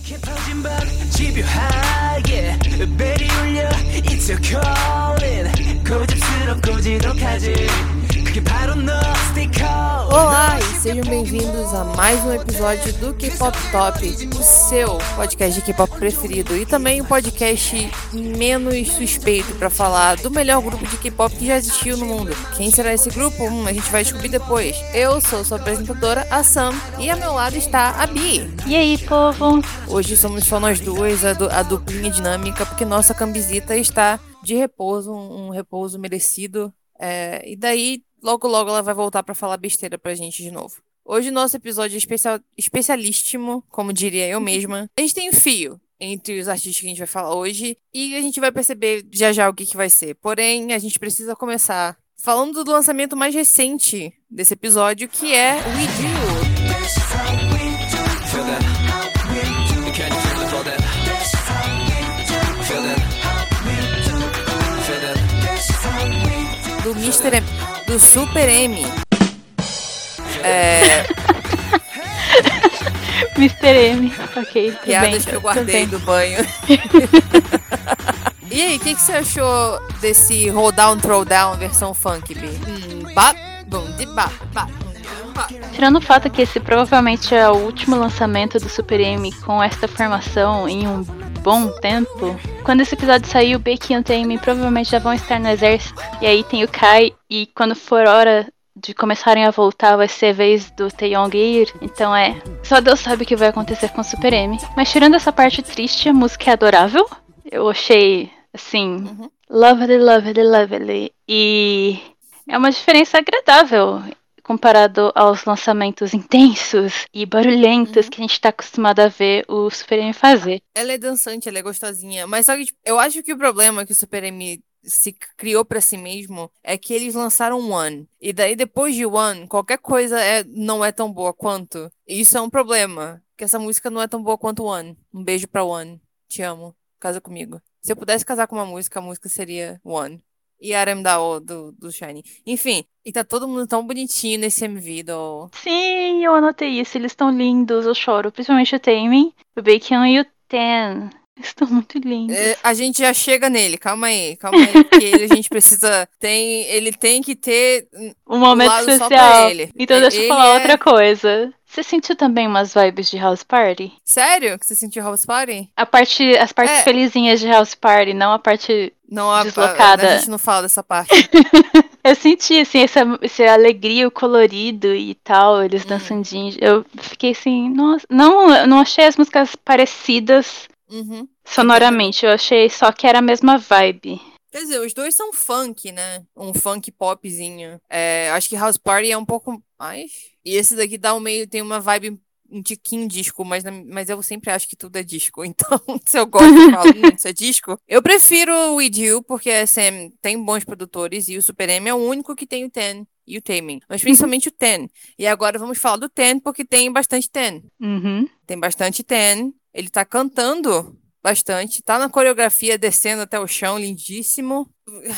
깊어진 밤 집요하게 벨이 울려 It's your calling 고집스럽고 지독하지 그게 바로 너 스티커. Olá e sejam bem-vindos a mais um episódio do K-Pop Top, o seu podcast de K-Pop preferido e também o podcast menos suspeito pra falar do melhor grupo de K-Pop que já existiu no mundo. Quem será esse grupo? A gente vai descobrir depois. Eu sou sua apresentadora, a Sam, e ao meu lado está a Bi. E aí, povo? Hoje somos só nós duas, a duplinha dinâmica, porque nossa cambizita está de repouso, um repouso merecido. E daí, logo ela vai voltar pra falar besteira pra gente de novo. Hoje o nosso episódio é especialíssimo, como diria eu mesma. A gente tem um fio entre os artistas que a gente vai falar hoje e a gente vai perceber já o que vai ser. Porém, a gente precisa começar falando do lançamento mais recente desse episódio, que é o We Do. Do Mr. M, do Super M. Mr. M, ok. Piadas que eu guardei do banho. E aí, o que você achou desse Hold Down, Throw Down versão funk, Bi? Tirando o fato que esse provavelmente é o último lançamento do Super M com esta formação em um bom tempo, quando esse episódio sair, o Becky e o Taemin provavelmente já vão estar no exército. E aí tem o Kai, e quando for hora de começarem a voltar, vai ser a vez do Taeyong ir. Então só Deus sabe o que vai acontecer com o Super M. Mas tirando essa parte triste, a música é adorável. Eu achei, assim, lovely. E é uma diferença agradável comparado aos lançamentos intensos e barulhentos que a gente tá acostumado a ver o Super M fazer. Ela é dançante, ela é gostosinha, mas só que eu acho que o problema que o Super M se criou pra si mesmo é que eles lançaram One, e daí depois de One, qualquer coisa não é tão boa quanto. E isso é um problema, que essa música não é tão boa quanto One. Um beijo pra One, te amo, casa comigo. Se eu pudesse casar com uma música, a música seria One. E RM Dao do Shiny. Enfim, e tá todo mundo tão bonitinho nesse MV do... Sim, eu anotei isso. Eles estão lindos, eu choro. Principalmente o Taemin, o Baekhyun e o Ten. Estão muito lindos. A gente já chega nele, calma aí. Porque a gente precisa... Ele tem que ter um momento lado especial. Só pra ele. Então deixa eu falar outra coisa. Você sentiu também umas vibes de House Party? Sério? Que você sentiu House Party? As partes felizinhas de House Party, não a parte deslocada. A gente não fala dessa parte. Eu senti, assim, essa alegria, o colorido e tal, eles dançandinhos. Eu fiquei assim, nossa... Não achei as músicas parecidas sonoramente. Eu achei só que era a mesma vibe. Quer dizer, os dois são funk, né? Um funk popzinho. Acho que House Party é um pouco mais... E esse daqui tem uma vibe um tiquinho disco, mas eu sempre acho que tudo é disco. Então, se eu gosto de falar, isso é disco. Eu prefiro o With You, porque a SM tem bons produtores e o Super M é o único que tem o Ten e o Taemin. Mas principalmente o Ten. E agora vamos falar do Ten, porque tem bastante Ten. Tem bastante Ten. Ele tá cantando bastante. Tá na coreografia, descendo até o chão, lindíssimo.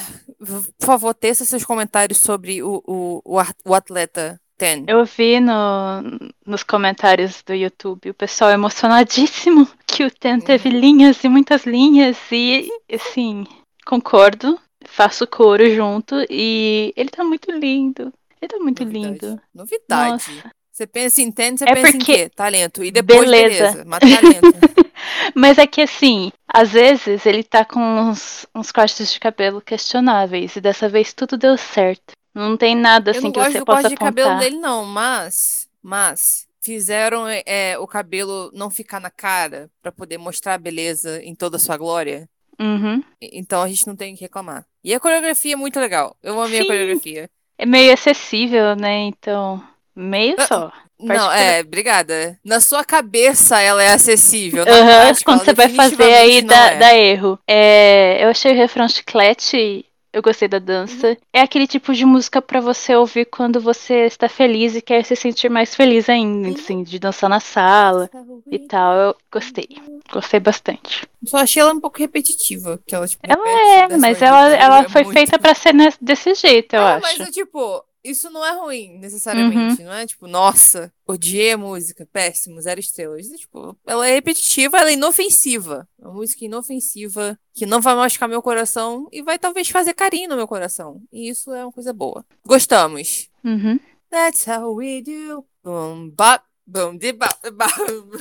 Por favor, teça seus comentários sobre o atleta Ten. Eu vi nos comentários do YouTube o pessoal emocionadíssimo que o Ten teve linhas e muitas linhas. E, assim, concordo. Faço coro junto. E ele tá muito lindo. Ele tá muito lindo. Novidade. Nossa. Você pensa em Ten, você pensa em quê? Talento. E depois, beleza. Mas talento. Mas é que assim, às vezes ele tá com uns cortes de cabelo questionáveis. E dessa vez tudo deu certo. Não tem nada assim que você possa apontar. Eu não gosto do corte de cabelo dele, não. Mas fizeram o cabelo não ficar na cara pra poder mostrar a beleza em toda a sua glória. Então a gente não tem o que reclamar. E a coreografia é muito legal. Eu amei a coreografia. É meio acessível, né? Então, meio só. Não, obrigada. Na sua cabeça ela é acessível. Quando você vai fazer aí dá erro. Eu achei o refrão chiclete, eu gostei da dança. É aquele tipo de música pra você ouvir quando você está feliz e quer se sentir mais feliz ainda, assim, de dançar na sala e tal. Eu gostei. Gostei bastante. Só achei ela um pouco repetitiva. Que ela mas ela foi feita pra ser desse jeito, eu acho. Mas Isso não é ruim, necessariamente. Não é tipo, nossa, odiei a música, péssimo, 0 estrelas. Tipo, ela é repetitiva, ela é inofensiva. Uma música inofensiva, que não vai machucar meu coração e vai talvez fazer carinho no meu coração. E isso é uma coisa boa. Gostamos. Uhum. That's how we do. Boom, bop, boom, de bop, bop.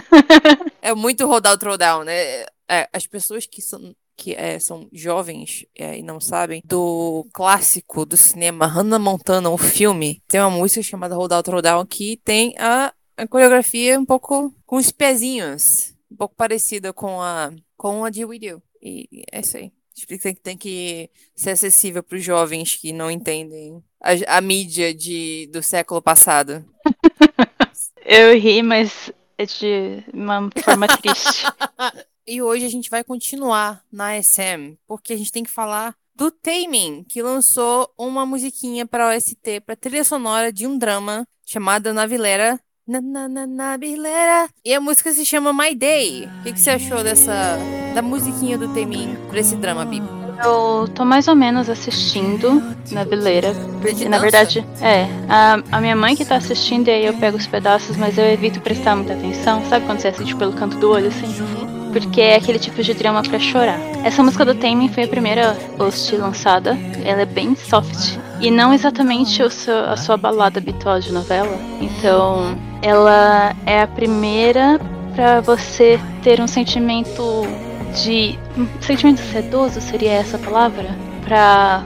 É muito rodar o throwdown, né? As pessoas que são jovens e não sabem, do clássico do cinema Hannah Montana, o filme, tem uma música chamada Hold Out, Hold Down que tem a coreografia um pouco com os pezinhos, um pouco parecida com a de We Do. E é isso aí. Explica que tem que ser acessível para os jovens que não entendem a mídia do século passado. Eu ri, mas é de uma forma triste. E hoje a gente vai continuar na SM, porque a gente tem que falar do Taemin, que lançou uma musiquinha para OST, para trilha sonora de um drama chamado Navilera. Navilera. E a música se chama My Day. O que você achou da musiquinha do Taemin para esse drama, Bi? Eu tô mais ou menos assistindo na Vileira. De Na dança? verdade, a minha mãe que tá assistindo, e aí eu pego os pedaços, mas eu evito prestar muita atenção. Sabe quando você assiste pelo canto do olho, assim? Porque é aquele tipo de drama pra chorar. Essa música do Taemin foi a primeira host lançada. Ela é bem soft. E não exatamente a sua balada habitual de novela. Então, ela é a primeira pra você ter um sentimento sentimento sedoso, seria essa a palavra? Pra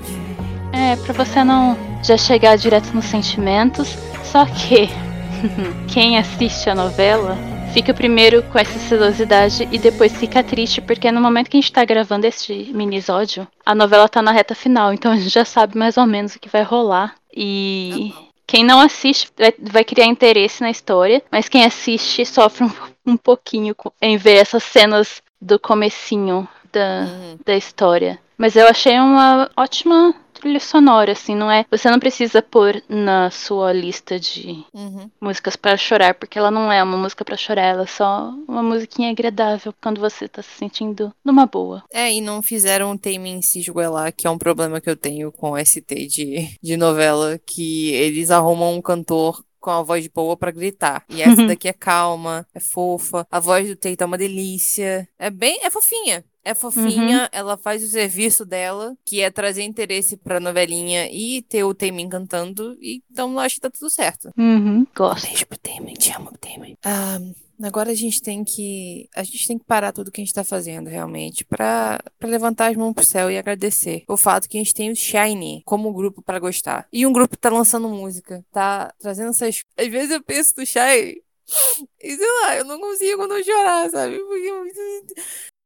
você não já chegar direto nos sentimentos. Só que quem assiste a novela fica primeiro com essa sedosidade e depois fica triste, porque no momento que a gente tá gravando este minisódio, a novela tá na reta final, então a gente já sabe mais ou menos o que vai rolar. E quem não assiste vai criar interesse na história, mas quem assiste sofre um pouquinho em ver essas cenas do comecinho da história. Mas eu achei uma ótima trilha sonora, assim, não é? Você não precisa pôr na sua lista de músicas pra chorar, porque ela não é uma música pra chorar, ela é só uma musiquinha agradável quando você tá se sentindo numa boa. E não fizeram o Taemin se esgoelar, que é um problema que eu tenho com ST de novela, que eles arrumam um cantor com a voz boa pra gritar. E essa daqui é calma, é fofa, a voz do Tae tá uma delícia, é fofinha. É fofinha, ela faz o serviço dela, que é trazer interesse pra novelinha e ter o Taemin cantando, e então eu acho que tá tudo certo. Gosto. Beijo pro Taemin, te amo, Taemin. Agora a gente tem que parar tudo que a gente tá fazendo, realmente, pra levantar as mãos pro céu e agradecer o fato que a gente tem o SHINee como grupo pra gostar. E um grupo que tá lançando música, tá trazendo essas... Às vezes eu penso no SHINee e sei lá, eu não consigo não chorar, sabe? Porque...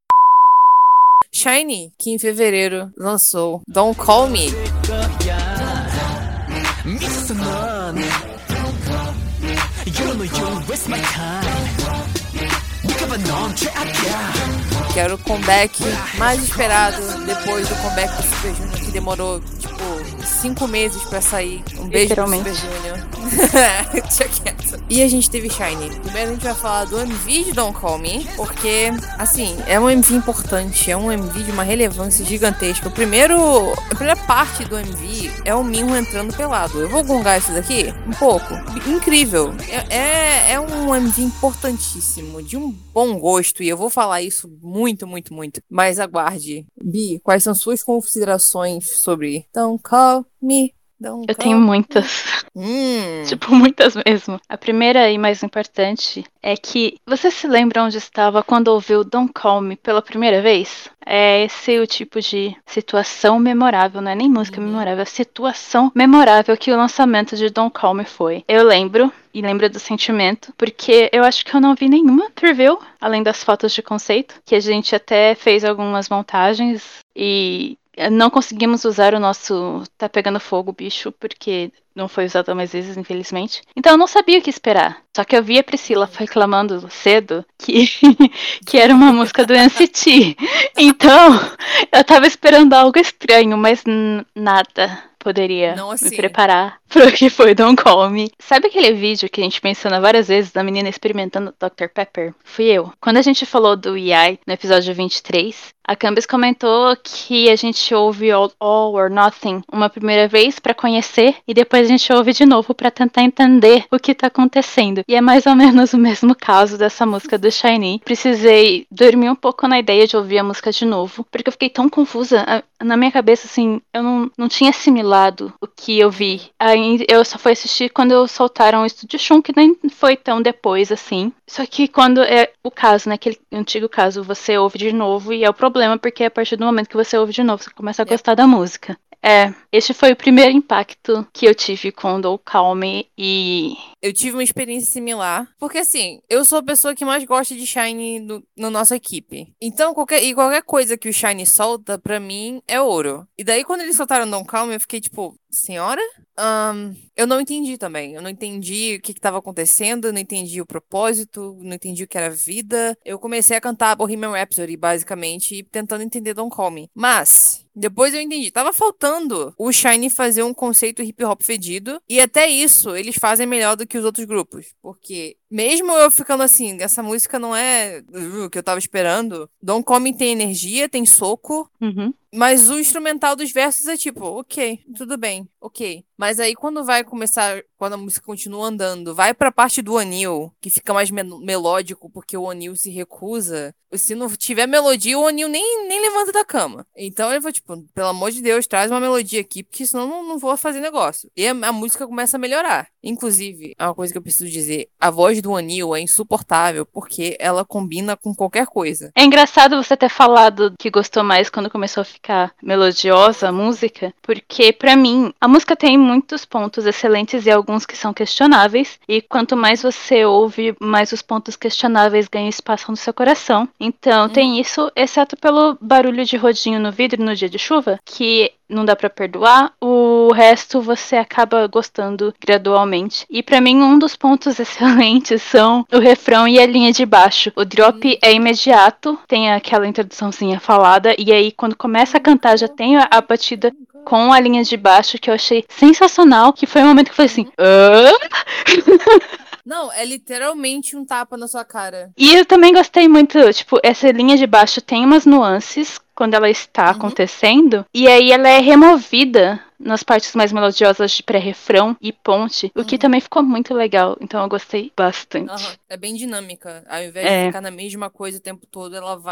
SHINee, que em fevereiro lançou Don't Call Me. Que era o comeback mais esperado depois do comeback do Super Junior, que demorou, 5 meses pra sair. Um beijo pro Super Junior. Deixa quieto. E a gente teve SHINee. Primeiro a gente vai falar do MV de Don't Call Me, porque, assim, é um MV importante, é um MV de uma relevância gigantesca. A primeira parte do MV é o Minho entrando pelado. Eu vou gongar isso daqui um pouco. Incrível. É um MV importantíssimo, de um bom gosto, e eu vou falar isso muito, muito, muito. Mas aguarde. Bi, quais são suas considerações sobre Don't Call Me? Eu tenho muitas. Muitas mesmo. A primeira e mais importante é que você se lembra onde estava quando ouviu Don't Call Me pela primeira vez? É esse o tipo de situação memorável, não é nem música memorável, é situação memorável que o lançamento de Don't Call Me foi. Eu lembro, e lembro do sentimento, porque eu acho que eu não vi nenhuma preview, além das fotos de conceito, que a gente até fez algumas montagens e... não conseguimos usar o nosso Tá Pegando Fogo, bicho, porque não foi usado mais vezes, infelizmente. Então eu não sabia o que esperar. Só que eu vi a Priscila reclamando cedo que era uma música do NCT. Então eu tava esperando algo estranho, mas nada poderia me preparar pro que foi Don't Call Me. Sabe aquele vídeo que a gente menciona várias vezes da menina experimentando Dr. Pepper? Fui eu. Quando a gente falou do EI no episódio 23, A Cambis comentou que a gente ouve All or Nothing uma primeira vez pra conhecer e depois a gente ouve de novo pra tentar entender o que tá acontecendo. E é mais ou menos o mesmo caso dessa música do SHINee. Precisei dormir um pouco na ideia de ouvir a música de novo, porque eu fiquei tão confusa. Na minha cabeça, assim, eu não tinha assimilado o que eu vi. Aí eu só fui assistir quando soltaram o Estúdio Shun, que nem foi tão depois, assim. Só que quando é o caso, né, aquele antigo caso, você ouve de novo e é o problema, porque a partir do momento que você ouve de novo, você começa a gostar da música. Este foi o primeiro impacto que eu tive com Don't Call Me e... Eu tive uma experiência similar, porque assim, eu sou a pessoa que mais gosta de SHINee no nossa equipe. Então, qualquer coisa que o SHINee solta, pra mim, é ouro. E daí, quando eles soltaram Don't Call Me, eu fiquei tipo, senhora? Eu não entendi também. Eu não entendi o que estava acontecendo, eu não entendi o propósito, não entendi o que era vida. Eu comecei a cantar Bohemian Rhapsody, basicamente, tentando entender Don't Call Me. Mas... depois eu entendi. Tava faltando o SHINee fazer um conceito hip hop fedido. E até isso, eles fazem melhor do que os outros grupos. Porque, mesmo eu ficando assim, essa música não é o que eu tava esperando. Don't Call Me tem energia, tem soco. Uhum. Mas o instrumental dos versos é tipo, ok, tudo bem, ok. Mas aí quando vai começar, quando a música continua andando, vai pra parte do Anil, que fica mais melódico, porque o Anil se recusa. Se não tiver melodia, o Anil nem levanta da cama. Então ele foi tipo, pelo amor de Deus, traz uma melodia aqui, porque senão não vou fazer negócio. E a música começa a melhorar. Inclusive, é uma coisa que eu preciso dizer, a voz do Anil é insuportável, porque ela combina com qualquer coisa. É engraçado você ter falado que gostou mais quando começou a ficar melodiosa a música, porque pra mim a música tem muitos pontos excelentes e alguns que são questionáveis, e quanto mais você ouve, mais os pontos questionáveis ganham espaço no seu coração. Então tem isso, exceto pelo barulho de rodinho no vidro no dia de chuva, que não dá pra perdoar, o resto você acaba gostando gradualmente. E pra mim um dos pontos excelentes são o refrão e a linha de baixo. O drop é imediato, tem aquela introduçãozinha falada, e aí quando começa a cantar já tem a batida com a linha de baixo, que eu achei sensacional, que foi um momento que eu falei assim... Não, é literalmente um tapa na sua cara. E eu também gostei muito, tipo, essa linha de baixo tem umas nuances quando ela está acontecendo, e aí ela é removida nas partes mais melodiosas de pré-refrão e ponte, o que também ficou muito legal, então eu gostei bastante. É bem dinâmica. Ao invés de ficar na mesma coisa o tempo todo,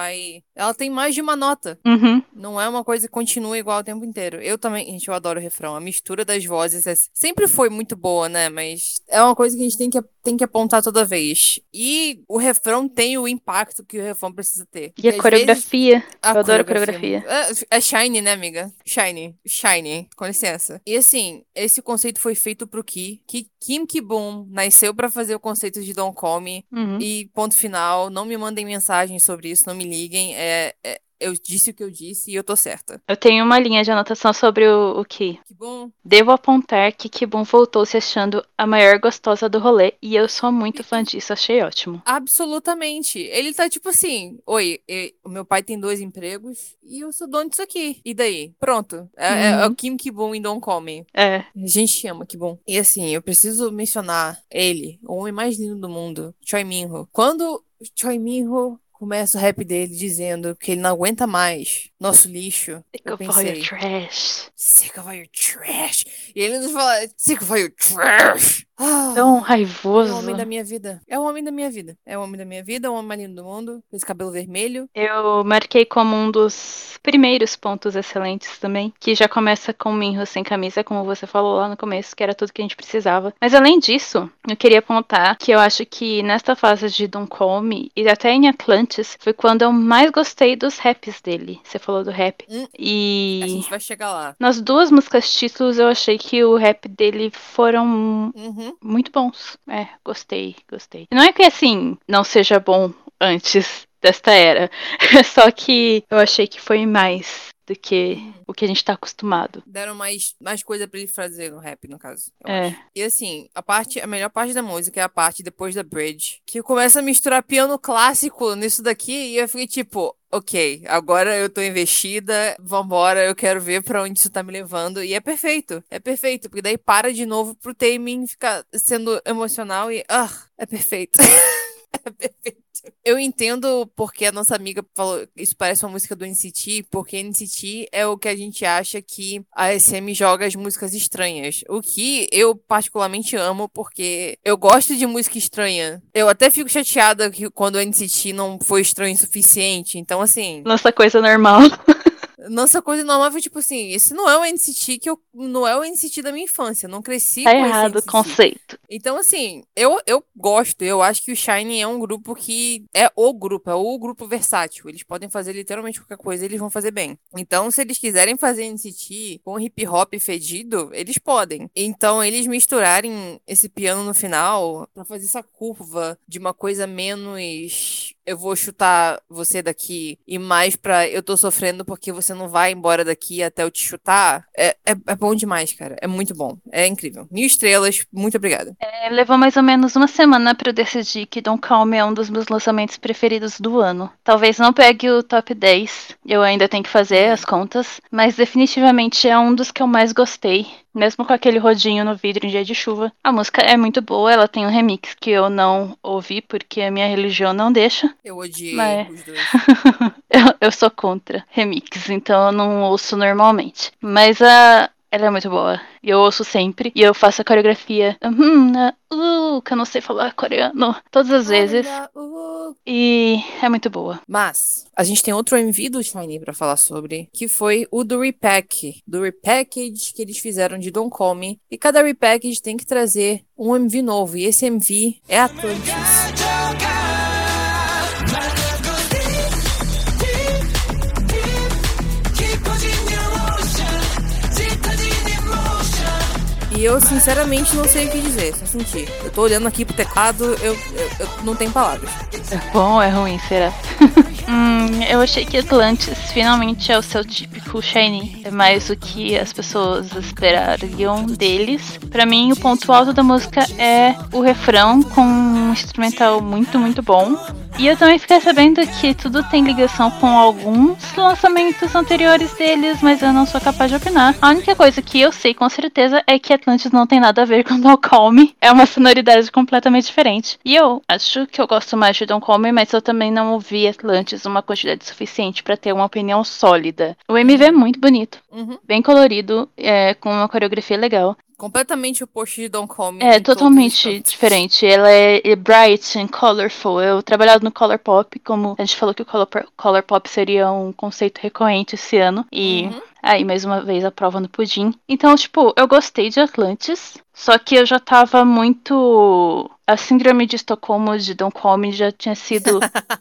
ela tem mais de uma nota. Não é uma coisa que continua igual o tempo inteiro. Eu também, gente, eu adoro o refrão. A mistura das vozes sempre foi muito boa, né? Mas é uma coisa que a gente tem que apontar toda vez. E o refrão tem o impacto que o refrão precisa ter. E a coreografia. Eu adoro a coreografia. É SHINee, né, amiga? SHINee. Com licença. E assim, esse conceito foi feito pro Kim Ki-boom nasceu pra fazer o conceito de Don't Call Me. E ponto final. Não me mandem mensagens sobre isso, não me liguem. Eu disse o que eu disse e eu tô certa. Eu tenho uma linha de anotação sobre o Ki. Que bom. Devo apontar que Ki-boom voltou se achando a maior gostosa do rolê, e eu sou muito fã disso, achei ótimo. Absolutamente. Ele tá tipo assim, oi, o meu pai tem 2 empregos e eu sou dono disso aqui. E daí? Pronto. É o Kim Ki-boom em Don't Call Me. É. A gente ama Ki-boom. E assim, eu preciso mencionar ele, o homem mais lindo do mundo, Choi Minho. Quando Choi Minho começa o rap dele dizendo que ele não aguenta mais nosso lixo. Sick of all your trash. Sick of all your trash. E ele nos fala, sick of all your trash. Tão raivoso. É o homem da minha vida. É o homem da minha vida. É o homem da minha vida, é o homem mais lindo do mundo. Com esse cabelo vermelho. Eu marquei como um dos primeiros pontos excelentes também. Que já começa com o Minho sem camisa, como você falou lá no começo, que era tudo que a gente precisava. Mas além disso, eu queria apontar que eu acho que nesta fase de Don't Call Me, e até em Atlantis, foi quando eu mais gostei dos raps dele. Você falou do rap. E a gente vai chegar lá. Nas 2 músicas títulos, eu achei que o rap dele foram muito bons. Gostei. Não é que assim, não seja bom antes desta era. Só que eu achei que foi mais do que o que a gente tá acostumado. Deram mais coisa pra ele fazer no rap, no caso. Eu acho. E assim, a melhor parte da música é a parte depois da bridge, que começa a misturar piano clássico nisso daqui, e eu fiquei tipo, ok, agora eu tô investida, vambora, eu quero ver pra onde isso tá me levando, e é perfeito, porque daí para de novo pro Taemin ficar sendo emocional e, é perfeito. É perfeito. Eu entendo porque a nossa amiga falou isso parece uma música do NCT, porque NCT é o que a gente acha que a SM joga as músicas estranhas. O que eu particularmente amo, porque eu gosto de música estranha. Eu até fico chateada que quando o NCT não foi estranho o suficiente. Então, assim, Nossa coisa normal. nossa coisa normal foi tipo assim, esse não é o NCT não é o NCT da minha infância, eu não cresci Tá com esse errado o NCT. conceito. Então, assim, eu gosto, eu acho que o Shine é um grupo que é o grupo versátil. Eles podem fazer literalmente qualquer coisa, eles vão fazer bem. Então, se eles quiserem fazer NCT com hip hop fedido, eles podem. Então, eles misturarem esse piano no final pra fazer essa curva de uma coisa menos eu vou chutar você daqui e mais pra eu tô sofrendo porque você não vai embora daqui até eu te chutar, é bom demais, cara. É muito bom. É incrível. 1.000 estrelas, muito obrigada. Levou mais ou menos uma semana pra eu decidir que Don't Call Me é um dos meus lançamentos preferidos do ano. Talvez não pegue o top 10, eu ainda tenho que fazer as contas, mas definitivamente é um dos que eu mais gostei. Mesmo com aquele rodinho no vidro em dia de chuva. A música é muito boa, ela tem um remix que eu não ouvi porque a minha religião não deixa. Eu odiei Mas os dois. eu sou contra remix, então eu não ouço normalmente. Mas ela é muito boa. E eu ouço sempre. E eu faço a coreografia. Que eu não sei falar coreano. Todas as vezes. E é muito boa. Mas a gente tem outro MV do Shiny pra falar sobre, que foi o do Repack, do repackage que eles fizeram de Don't Call Me. E cada repackage tem que trazer um MV novo. E esse MV é Atlantis. E eu, sinceramente, não sei o que dizer, só senti. Eu tô olhando aqui pro teclado, eu não tenho palavras. É bom ou é ruim, será? Eu achei que Atlantis finalmente é o seu típico Shiny. É mais o que as pessoas esperariam deles. Pra mim, o ponto alto da música é o refrão com um instrumental muito, muito bom. E eu também fiquei sabendo que tudo tem ligação com alguns lançamentos anteriores deles, mas eu não sou capaz de opinar. A única coisa que eu sei com certeza é que Atlantis não tem nada a ver com Don't Call Me. É uma sonoridade completamente diferente. E eu acho que eu gosto mais de Don't Call Me, mas eu também não ouvi Atlantis uma quantidade suficiente pra ter uma opinião sólida. O MV é muito bonito, bem colorido, com uma coreografia legal. Completamente oposto de Don't Call Me. É totalmente diferente. Ela é bright and colorful. Eu trabalhava no Color Pop, como a gente falou que o Color Pop seria um conceito recorrente esse ano. E aí, mais uma vez, a prova no pudim. Então, tipo, eu gostei de Atlantis. Só que eu já tava muito... A síndrome de Estocolmo de Don't Call Me já tinha sido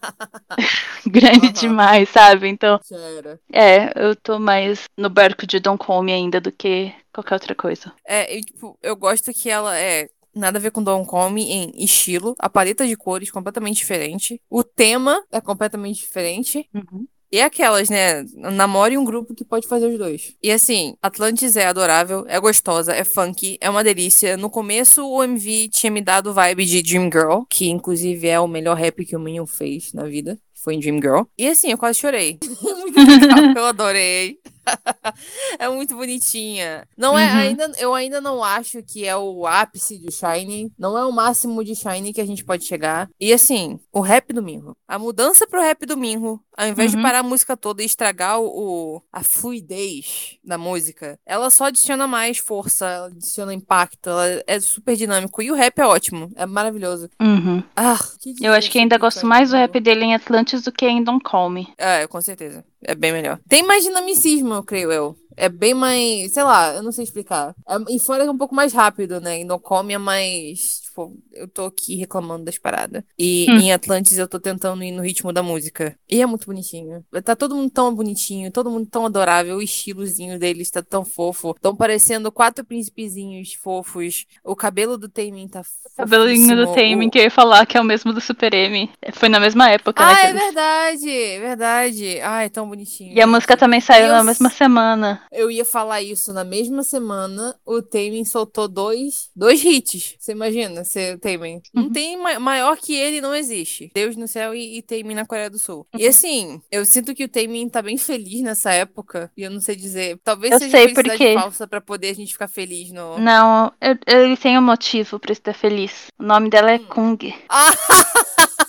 grande demais, sabe? Então, eu tô mais no barco de Don't Call Me ainda do que qualquer outra coisa. Eu gosto que ela é nada a ver com Don't Call Me em estilo, a paleta de cores completamente diferente, o tema é completamente diferente. E aquelas, né? Namore um grupo que pode fazer os dois. E assim, Atlantis é adorável, é gostosa, é funky, é uma delícia. No começo, o MV tinha me dado vibe de Dream Girl, que inclusive é o melhor rap que o Minho fez na vida. Foi em Dream Girl. E assim, eu quase chorei. Muito legal, eu adorei. É muito bonitinha. Não é, eu ainda não acho que é o ápice do Shiny. Não é o máximo de Shiny que a gente pode chegar. E assim, o rap do Minho. A mudança pro rap do Minho, ao invés de parar a música toda e estragar a fluidez da música, ela só adiciona mais força, ela adiciona impacto, ela é super dinâmico. E o rap é ótimo, é maravilhoso. Eu acho que ainda gosto mais do rap dele em Atlantis do que em Don't Call Me. Com certeza. É bem melhor. Tem mais dinamicismo, eu creio eu. É bem mais, sei lá, eu não sei explicar. E fora é um pouco mais rápido, né? Em Don't Call Me é mais, tipo, eu tô aqui reclamando das paradas. E em Atlantis eu tô tentando ir no ritmo da música. E é muito bonitinho. Tá todo mundo tão bonitinho, todo mundo tão adorável. O estilozinho deles tá tão fofo. Tão parecendo 4 príncipezinhos fofos. O cabelo do Taemin tá fofíssimo. O cabelinho do Taemin, que eu ia falar que é o mesmo do Super M. Foi na mesma época, né? É verdade, verdade. Ai, tão bonitinho. E a música também saiu na mesma semana. Eu ia falar isso, na mesma semana, o Taemin soltou dois hits. Você imagina, ser Taemin. Não tem maior que ele, não existe. Deus no céu e Taemin na Coreia do Sul. E assim, eu sinto que o Taemin tá bem feliz nessa época. E eu não sei dizer. Talvez seja felicidade falsa pra poder a gente ficar feliz no... Não, ele tem um motivo pra estar feliz. O nome dela é Kung.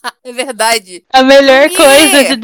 É verdade. A melhor Kung! coisa de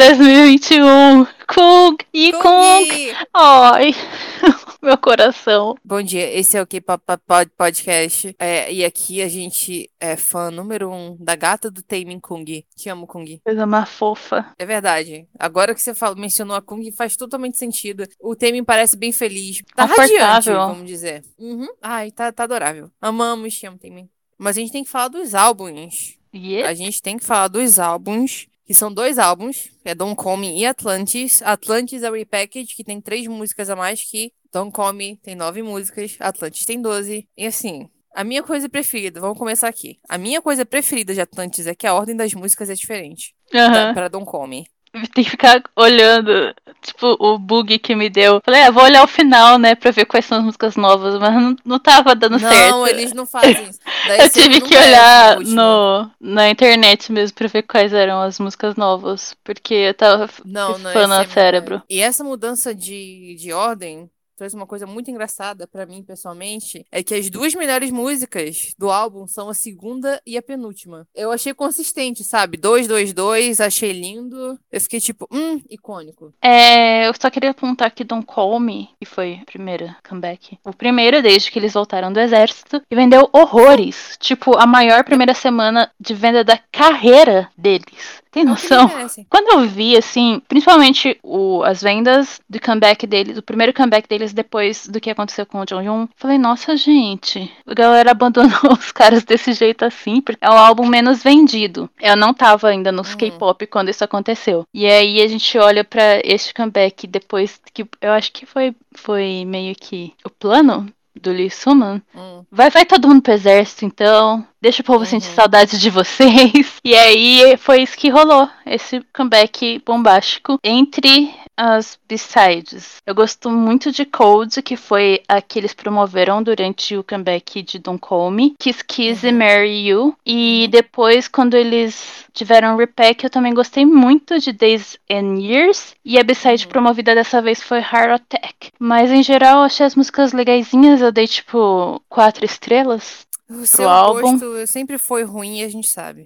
2021. Kung e Kung. Kung! Ai, meu coração. Bom dia, esse é o K-Pop Podcast. E aqui a gente é fã número 1 da gata do Taemin Kung. Te amo, Kung. Coisa mais fofa. É verdade. Agora que você mencionou a Kung, faz totalmente sentido. O Taemin parece bem feliz. Tá radiante, Confortável. vamos dizer. Uhum. Ai, tá adorável. Amamos, te amo, Taemin. Mas a gente tem que falar dos álbuns. Yep. A gente tem que falar dos álbuns, que são 2 álbuns, é Don't Call Me e Atlantis. Atlantis é o Repackage, que tem 3 músicas a mais que Don't Call Me, tem 9 músicas, Atlantis tem 12. E assim, a minha coisa preferida, vamos começar aqui. A minha coisa preferida de Atlantis é que a ordem das músicas é diferente pra Don't Call Me. Tem que ficar olhando, tipo, o bug que me deu. Falei, vou olhar o final, né, pra ver quais são as músicas novas, mas não tava dando certo. Não, eles não fazem isso. Daí Eu sempre tive nunca que é a olhar última. na internet mesmo pra ver quais eram as músicas novas, porque eu tava Não, pifando no sempre não é. cérebro. E essa mudança de ordem trouxe uma coisa muito engraçada pra mim, pessoalmente, é que as 2 melhores músicas do álbum são a segunda e a penúltima. Eu achei consistente, sabe? 2, 2, 2, achei lindo. Eu fiquei tipo, icônico. Eu só queria apontar que Don't Call Me, que foi a primeira comeback, o primeiro desde que eles voltaram do exército, e vendeu horrores. Tipo, a maior primeira semana de venda da carreira deles. Tem É o que eles noção? merecem. Quando eu vi, assim, principalmente as vendas do comeback deles, o primeiro comeback deles depois do que aconteceu com o Jonghyun, falei, nossa, gente, a galera abandonou os caras desse jeito assim, porque é o álbum menos vendido. Eu não tava ainda nos K-pop quando isso aconteceu. E aí a gente olha pra este comeback depois que eu acho que foi meio que o plano do Lee Suman. Vai todo mundo pro exército, então. Deixa o povo sentir saudades de vocês. E aí foi isso que rolou. Esse comeback bombástico entre as B-sides. Eu gosto muito de Cold, que foi a que eles promoveram durante o comeback de Don't Call Me. Kiss Kiss e Marry You. E depois, quando eles tiveram repack, eu também gostei muito de Days and Years. E a B-side promovida dessa vez foi Heart Attack. Mas em geral, eu achei as músicas legaisinhas. Eu dei tipo 4 estrelas. O seu álbum. gosto sempre foi ruim e a gente sabe.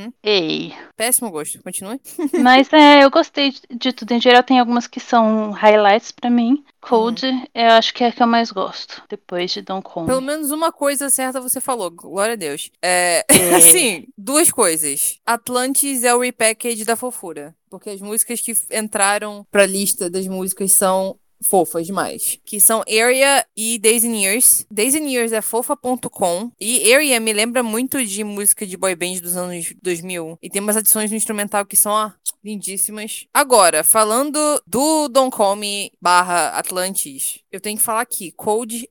Ei. Péssimo gosto. Continue. Mas eu gostei de tudo. Em geral, tem algumas que são highlights pra mim. Cold, eu acho que é a que eu mais gosto. Depois de Don't Call Me. Pelo menos uma coisa certa você falou. Glória a Deus. Assim, 2 coisas. Atlantis é o repackage da fofura. Porque as músicas que entraram pra lista das músicas são fofas demais. Que são Area e Days and Years. Days and Years é fofa.com. E Area me lembra muito de música de boy band dos anos 2000. E tem umas adições no instrumental que são, lindíssimas. Agora, falando do Don't Call Me / Atlantis, eu tenho que falar aqui. Cold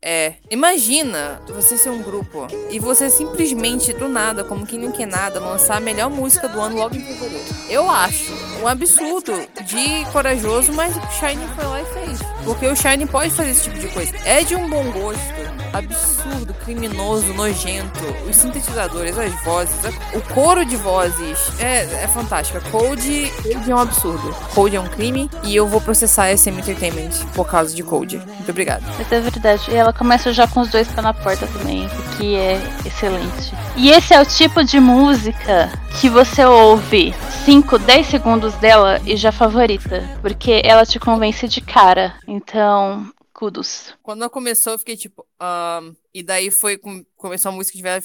imagina você ser um grupo e você simplesmente, do nada, como quem não quer nada, lançar a melhor música do ano logo em fevereiro. Eu acho um absurdo de corajoso, mas o Shiny foi lá e fez. Porque o Shiny pode fazer esse tipo de coisa. É de um bom gosto. Absurdo, criminoso, nojento. Os sintetizadores, as vozes, o coro de vozes é fantástico. Cold é um absurdo. Cold é um crime e eu vou processar a SM Entertainment por causa de Cold. Muito obrigada. Mas é verdade. E ela começa já com os 2 pés na porta também, o que é excelente. E esse é o tipo de música que você ouve 5, 10 segundos dela e já favorita. Porque ela te convence de cara. Então, kudos. Quando ela começou, eu fiquei tipo, e daí começou a música de velha,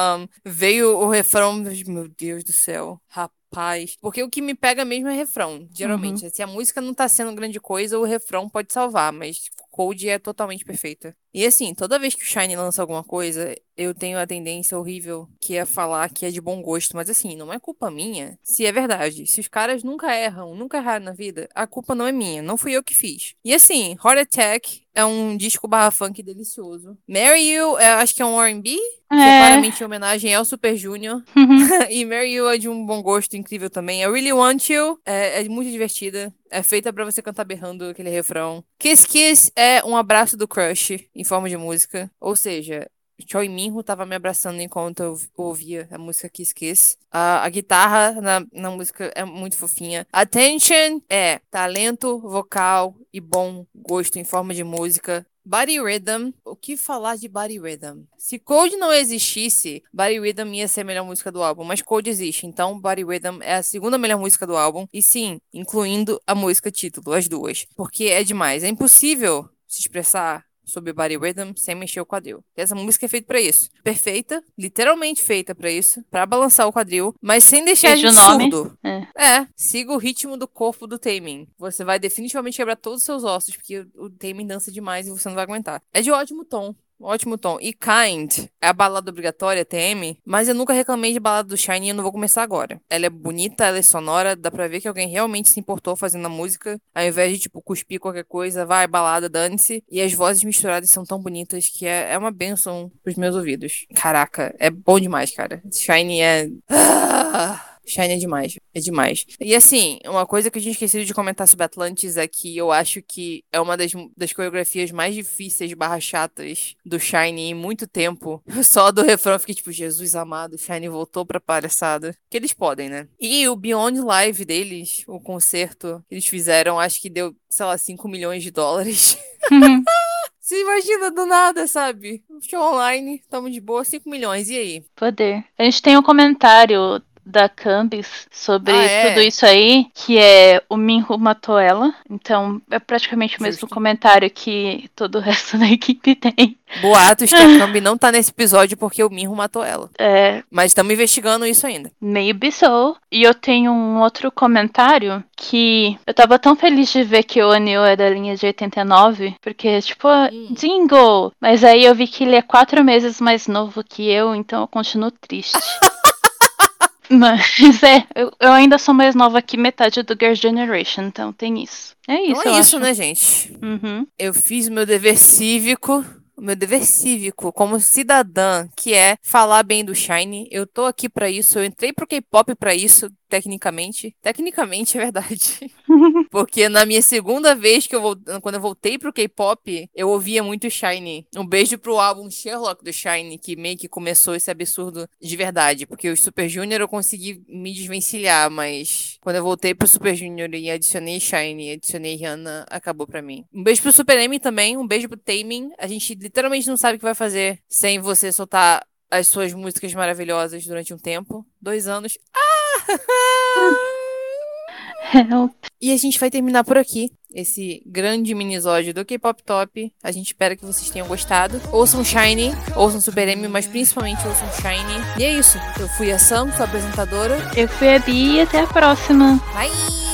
veio o refrão, meu Deus do céu, rapaz. Porque o que me pega mesmo é refrão, geralmente. Se a música não tá sendo grande coisa, o refrão pode salvar, mas Cold é totalmente perfeita. E assim, toda vez que o Shiny lança alguma coisa, eu tenho a tendência horrível que é falar que é de bom gosto, mas assim, não é culpa minha se é verdade. Se os caras nunca erraram na vida, a culpa não é minha, não fui eu que fiz. E assim, Heart Attack é um disco /funk delicioso. Marry You, acho que é um R&B, que é claramente em homenagem ao Super Junior. E Marry You é de um bom gosto incrível também. I Really Want You é muito divertida. É feita pra você cantar berrando aquele refrão. Kiss Kiss é um abraço do crush em forma de música. Ou seja, Choi Minho tava me abraçando enquanto eu ouvia a música Kiss Kiss. A guitarra na música é muito fofinha. Attention é talento vocal e bom gosto em forma de música. Body Rhythm. O que falar de Body Rhythm? Se Cold não existisse, Body Rhythm ia ser a melhor música do álbum. Mas Cold existe, então Body Rhythm é a segunda melhor música do álbum. E sim, incluindo a música título, as duas. Porque é demais. É impossível se expressar sobre Body Rhythm sem mexer o quadril. Essa música é feita pra isso. Perfeita, literalmente feita pra isso, pra balançar o quadril, mas sem deixar a gente surdo. Siga o ritmo do corpo do Taemin. Você vai definitivamente quebrar todos os seus ossos, porque o Taemin dança demais e você não vai aguentar. É de ótimo tom. Ótimo tom. E Kind é a balada obrigatória, TM, mas eu nunca reclamei de balada do Shiny e eu não vou começar agora. Ela é bonita, ela é sonora, dá pra ver que alguém realmente se importou fazendo a música, ao invés de, tipo, cuspir qualquer coisa, vai, balada, dane-se. E as vozes misturadas são tão bonitas que é uma bênção pros meus ouvidos. Caraca, é bom demais, cara. Shiny é... Shine é demais, é demais. E assim, uma coisa que a gente esqueceu de comentar sobre Atlantis é que eu acho que é uma das coreografias mais difíceis / chatas do Shine em muito tempo. Só do refrão eu fiquei tipo, Jesus amado, Shine voltou pra palhaçada. Que eles podem, né? E o Beyond Live deles, o concerto que eles fizeram, acho que deu, sei lá, 5 milhões de dólares. Você imagina do nada, sabe? Show online, tamo de boa, 5 milhões, e aí? Poder. A gente tem um comentário da Cambis sobre é? tudo isso aí, que é o Minho matou ela. Então é praticamente o mesmo comentário que todo o resto da equipe tem. Boatos que a Cambi não tá nesse episódio porque o Minho matou ela. É. Mas estamos investigando isso ainda. Maybe so. E eu tenho um outro comentário que eu tava tão feliz de ver que o Anil é da linha de 89, porque, tipo, Jingle! Mas aí eu vi que ele é 4 meses mais novo que eu, então eu continuo triste. Mas eu ainda sou mais nova que metade do Girls' Generation, então tem isso. É isso, então é isso, acho. né, gente? Uhum. Eu fiz meu dever cívico como cidadã, que é falar bem do Shine. Eu tô aqui pra isso, eu entrei pro K-pop pra isso, tecnicamente. Tecnicamente, é verdade. Porque na minha segunda vez quando eu voltei pro K-pop, eu ouvia muito Shine. Um beijo pro álbum Sherlock do Shine, que meio que começou esse absurdo de verdade. Porque o Super Junior eu consegui me desvencilhar, mas quando eu voltei pro Super Junior e adicionei Shine, adicionei Rihanna, acabou pra mim. Um beijo pro Super M também, um beijo pro Taemin. A gente literalmente não sabe o que vai fazer sem você soltar as suas músicas maravilhosas durante um tempo. 2 anos. Help. E a gente vai terminar por aqui esse grande minisódio do K-Pop Top. A gente espera que vocês tenham gostado. Ouçam Shiny, ouçam Super M, mas principalmente ouçam Shiny. E é isso. Eu fui a Sam, sua apresentadora. Eu fui a Bi e até a próxima. Bye!